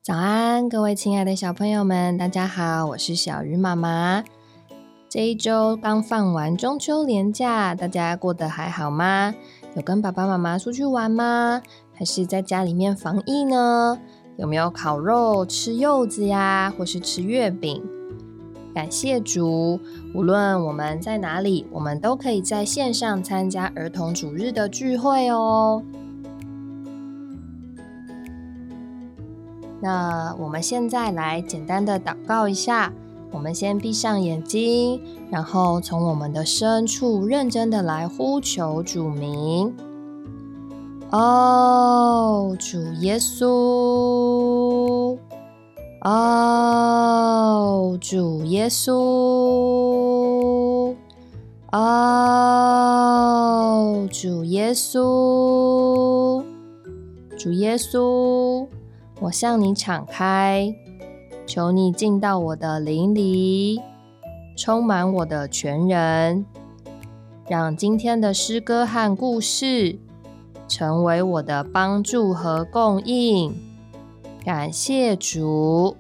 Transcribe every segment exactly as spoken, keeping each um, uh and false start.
早安，各位亲爱的小朋友们，大家好，我是小鱼妈妈。这一周刚放完中秋连假，大家过得还好吗？有跟爸爸妈妈出去玩吗？还是在家里面防疫呢？有没有烤肉、吃柚子呀，或是吃月饼？感谢主，无论我们在哪里，我们都可以在线上参加儿童主日的聚会哦。那我们现在来简单的祷告一下，我们先闭上眼睛，然后从我们的深处认真的来呼求主名。哦，主耶稣，哦，主耶稣，哦，主耶稣，主耶稣，我向你敞开，求你进到我的灵里，充满我的全人，让今天的诗歌和故事成为我的帮助和供应。感谢主。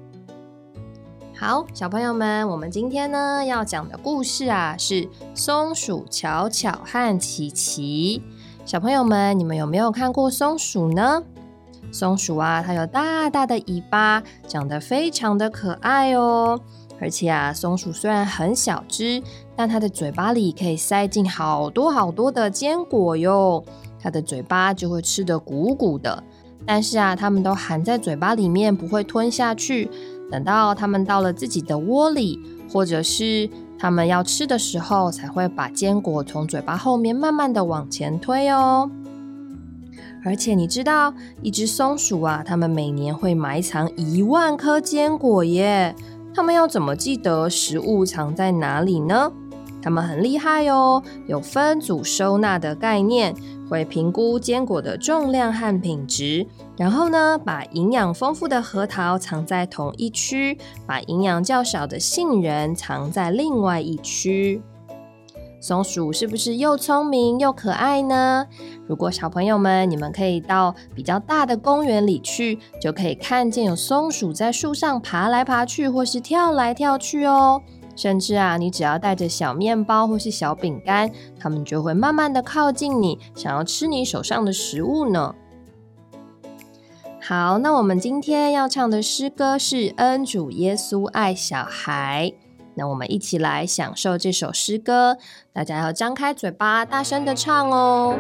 好，小朋友们，我们今天呢要讲的故事啊是松鼠巧巧和琪琪。小朋友们，你们有没有看过松鼠呢？松鼠啊，它有大大的尾巴，长得非常的可爱哦。而且啊，松鼠虽然很小只，但它的嘴巴里可以塞进好多好多的坚果哟。它的嘴巴就会吃得鼓鼓的，但是啊，它们都含在嘴巴里面，不会吞下去。等到它们到了自己的窝里，或者是它们要吃的时候，才会把坚果从嘴巴后面慢慢的往前推哦。而且你知道，一只松鼠啊，它们每年会埋藏一万颗坚果耶。它们要怎么记得食物藏在哪里呢？它们很厉害哦，有分组收纳的概念，会评估坚果的重量和品质，然后呢，把营养丰富的核桃藏在同一区，把营养较少的杏仁藏在另外一区。松鼠是不是又聪明又可爱呢？如果小朋友们你们可以到比较大的公园里去，就可以看见有松鼠在树上爬来爬去，或是跳来跳去哦。甚至啊，你只要带着小面包或是小饼干，它们就会慢慢的靠近你，想要吃你手上的食物呢。好，那我们今天要唱的诗歌是恩主耶稣爱小孩。那我们一起来享受这首诗歌，大家要张开嘴巴，大声的唱哦。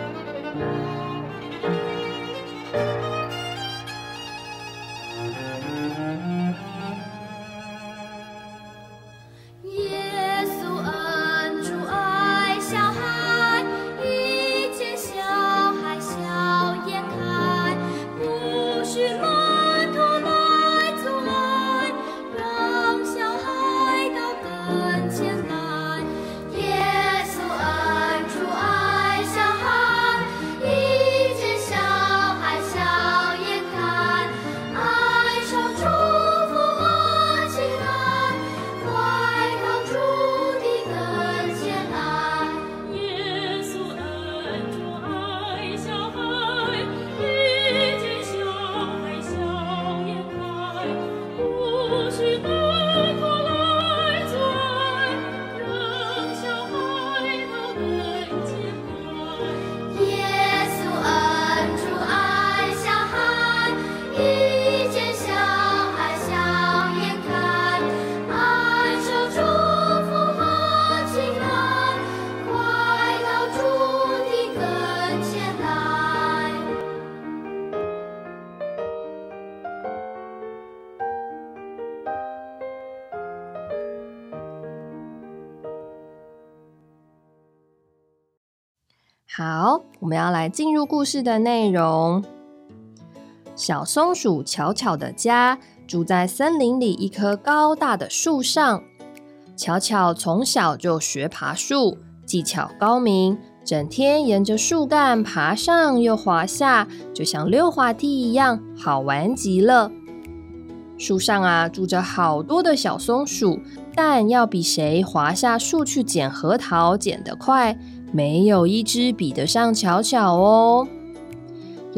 好，我们要来进入故事的内容。小松鼠巧巧的家住在森林里一棵高大的树上。巧巧从小就学爬树，技巧高明，整天沿着树干爬上又滑下，就像溜滑梯一样，好玩极了。树上啊，住着好多的小松鼠，但要比谁滑下树去捡核桃捡得快，没有一只比得上巧巧哦。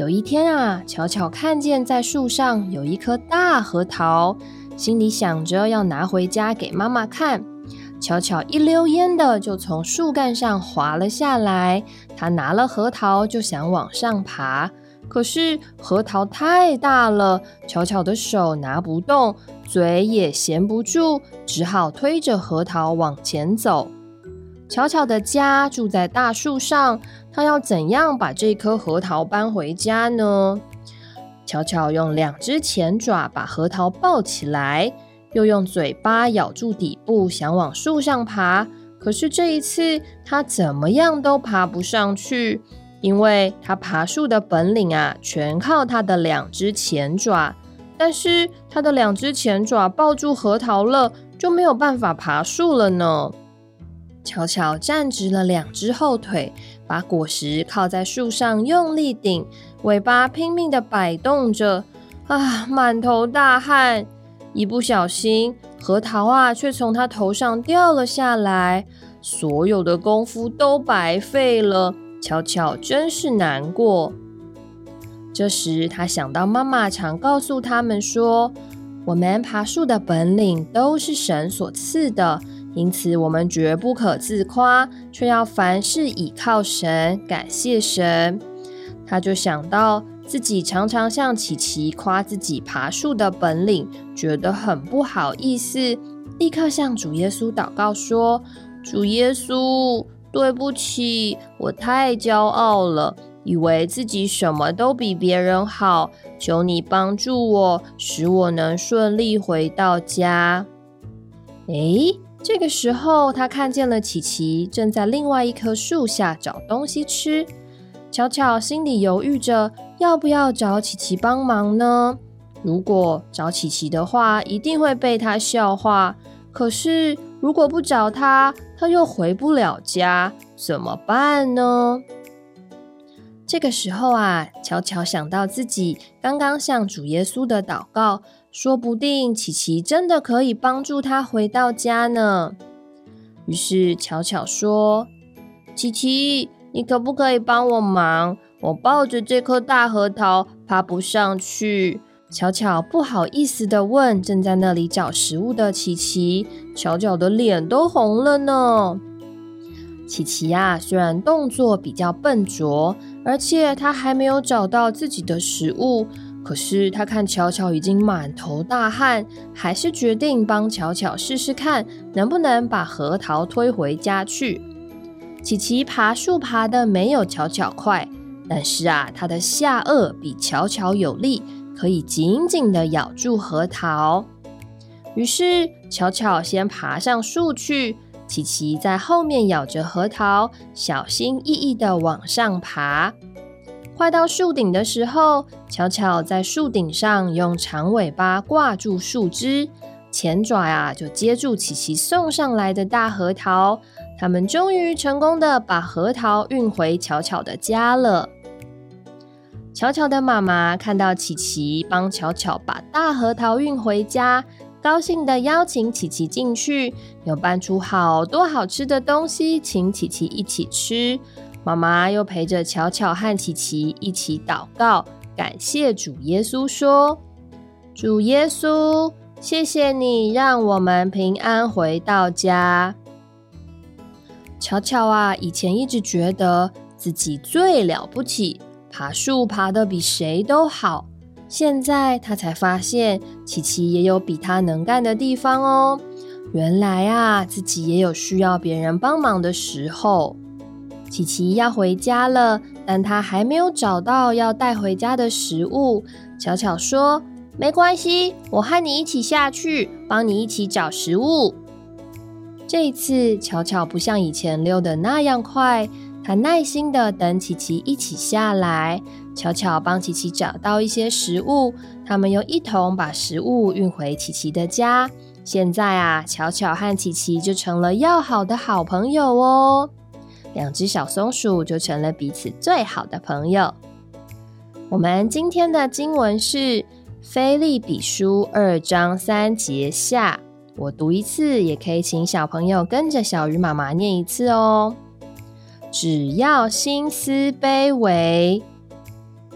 有一天啊，巧巧看见在树上有一颗大核桃，心里想着要拿回家给妈妈看。巧巧一溜烟的就从树干上滑了下来，她拿了核桃就想往上爬，可是核桃太大了，巧巧的手拿不动，嘴也衔不住，只好推着核桃往前走。巧巧的家住在大树上，她要怎样把这颗核桃搬回家呢？巧巧用两只前爪把核桃抱起来，又用嘴巴咬住底部，想往树上爬，可是这一次她怎么样都爬不上去，因为她爬树的本领啊，全靠她的两只前爪，但是她的两只前爪抱住核桃了，就没有办法爬树了呢。巧巧站直了两只后腿，把果实靠在树上用力顶，尾巴拼命地摆动着，啊，满头大汗。一不小心，核桃啊，却从他头上掉了下来，所有的功夫都白费了。巧巧真是难过。这时，他想到妈妈常告诉他们说，我们爬树的本领都是神所赐的，因此我们绝不可自夸，却要凡事倚靠神，感谢神。他就想到自己常常向琪琪夸自己爬树的本领，觉得很不好意思，立刻向主耶稣祷告说，主耶稣，对不起，我太骄傲了，以为自己什么都比别人好，求你帮助我，使我能顺利回到家。诶，这个时候他看见了琪琪正在另外一棵树下找东西吃，巧巧心里犹豫着要不要找琪琪帮忙呢？如果找琪琪的话，一定会被他笑话，可是如果不找他，他又回不了家，怎么办呢？这个时候啊，巧巧想到自己刚刚向主耶稣的祷告，说不定琪琪真的可以帮助他回到家呢。于是巧巧说，琪琪，你可不可以帮我忙？我抱着这颗大核桃爬不上去。巧巧不好意思地问正在那里找食物的琪琪，巧巧的脸都红了呢。琪琪啊，虽然动作比较笨拙，而且他还没有找到自己的食物，可是他看巧巧已经满头大汗，还是决定帮巧巧试试看能不能把核桃推回家去。琪琪爬树爬得没有巧巧快，但是啊，他的下颚比巧巧有力，可以紧紧地咬住核桃。于是巧巧先爬上树去，琪琪在后面咬着核桃，小心翼翼地往上爬。快到树顶的时候，巧巧在树顶上用长尾巴挂住树枝，前爪啊就接住琪琪送上来的大核桃。他们终于成功的把核桃运回巧巧的家了。巧巧的妈妈看到琪琪帮巧巧把大核桃运回家，高兴的邀请琪琪进去，又搬出好多好吃的东西请琪琪一起吃。妈妈又陪着巧巧和琪琪一起祷告，感谢主耶稣说，主耶稣，谢谢你让我们平安回到家。巧巧啊，以前一直觉得自己最了不起，爬树爬得比谁都好。现在他才发现，琪琪也有比他能干的地方哦。原来啊，自己也有需要别人帮忙的时候。琪琪要回家了，但他还没有找到要带回家的食物。巧巧说，没关系，我和你一起下去，帮你一起找食物。这一次，巧巧不像以前溜得那样快，她耐心地等琪琪一起下来。巧巧帮琪琪找到一些食物，他们又一同把食物运回琪琪的家。现在啊，巧巧和琪琪就成了要好的好朋友哦。两只小松鼠就成了彼此最好的朋友。我们今天的经文是腓立比书二章三节下。我读一次，也可以请小朋友跟着小鱼妈妈念一次哦。只要心思卑微，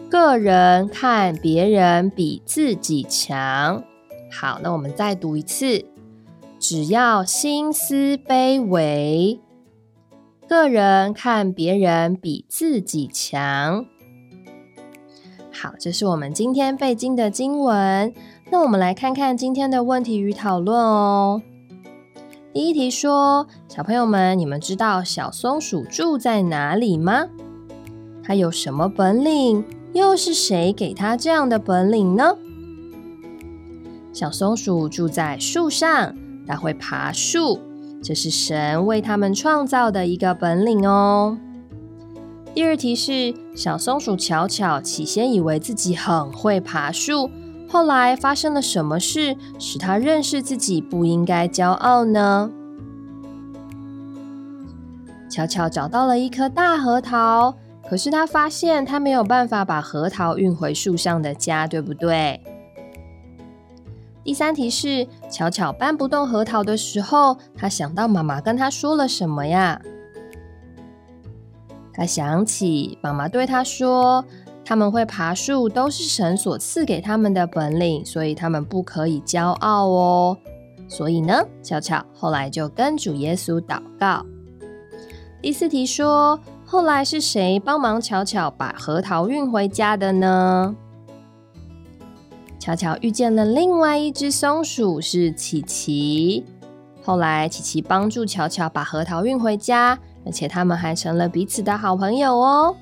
个人看别人比自己强。好，那我们再读一次。只要心思卑微，个人看别人比自己强。好，这是我们今天背经的经文。那我们来看看今天的问题与讨论哦。第一题说，小朋友们，你们知道小松鼠住在哪里吗？它有什么本领？又是谁给它这样的本领呢？小松鼠住在树上，它会爬树，这是神为它们创造的一个本领哦。第二题是，小松鼠巧巧起先以为自己很会爬树，后来发生了什么事，使它认识自己不应该骄傲呢？巧巧找到了一颗大核桃，可是他发现他没有办法把核桃运回树上的家，对不对？第三题是，巧巧搬不动核桃的时候，他想到妈妈跟他说了什么呀？他想起妈妈对他说，他们会爬树都是神所赐给他们的本领，所以他们不可以骄傲哦。所以呢，巧巧后来就跟主耶稣祷告。第四题说，后来是谁帮忙巧巧把核桃运回家的呢？巧巧遇见了另外一只松鼠，是琪琪。后来琪琪帮助巧巧把核桃运回家，而且他们还成了彼此的好朋友哦。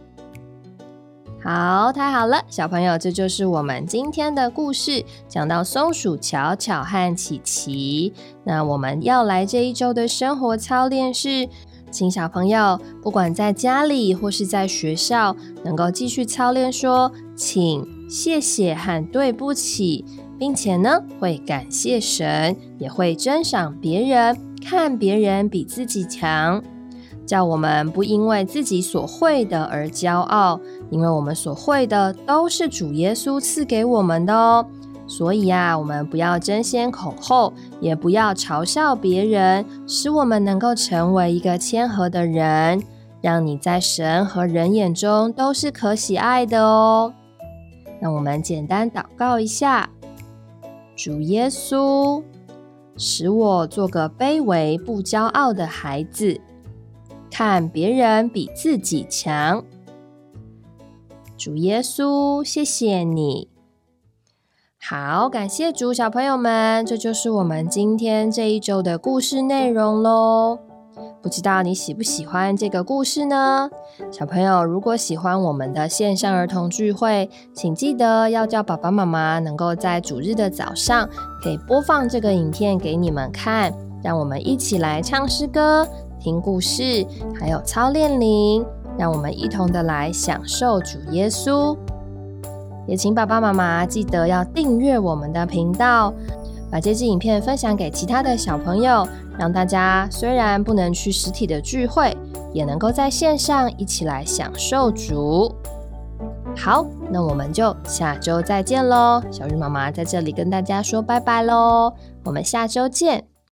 好，太好了，小朋友，这就是我们今天的故事，讲到松鼠巧巧和琪琪。那我们要来这一周的生活操练是，请小朋友不管在家里或是在学校，能够继续操练说请、谢谢和对不起，并且呢会感谢神，也会珍赏别人，看别人比自己强，叫我们不因为自己所会的而骄傲，因为我们所会的都是主耶稣赐给我们的哦。所以啊，我们不要争先恐后，也不要嘲笑别人，使我们能够成为一个谦和的人，让你在神和人眼中都是可喜爱的哦。那我们简单祷告一下。主耶稣，使我做个卑微不骄傲的孩子，看别人比自己强。主耶稣，谢谢你。好，感谢主，小朋友们，这就是我们今天这一周的故事内容咯。不知道你喜不喜欢这个故事呢？小朋友，如果喜欢我们的线上儿童聚会，请记得要叫爸爸妈妈能够在主日的早上可以播放这个影片给你们看，让我们一起来唱诗歌、听故事，还有操练灵，让我们一同的来享受主耶稣。也请爸爸妈妈记得要订阅我们的频道，把这支影片分享给其他的小朋友，让大家虽然不能去实体的聚会，也能够在线上一起来享受主。好，那我们就下周再见咯。小日妈妈在这里跟大家说拜拜咯，我们下周见。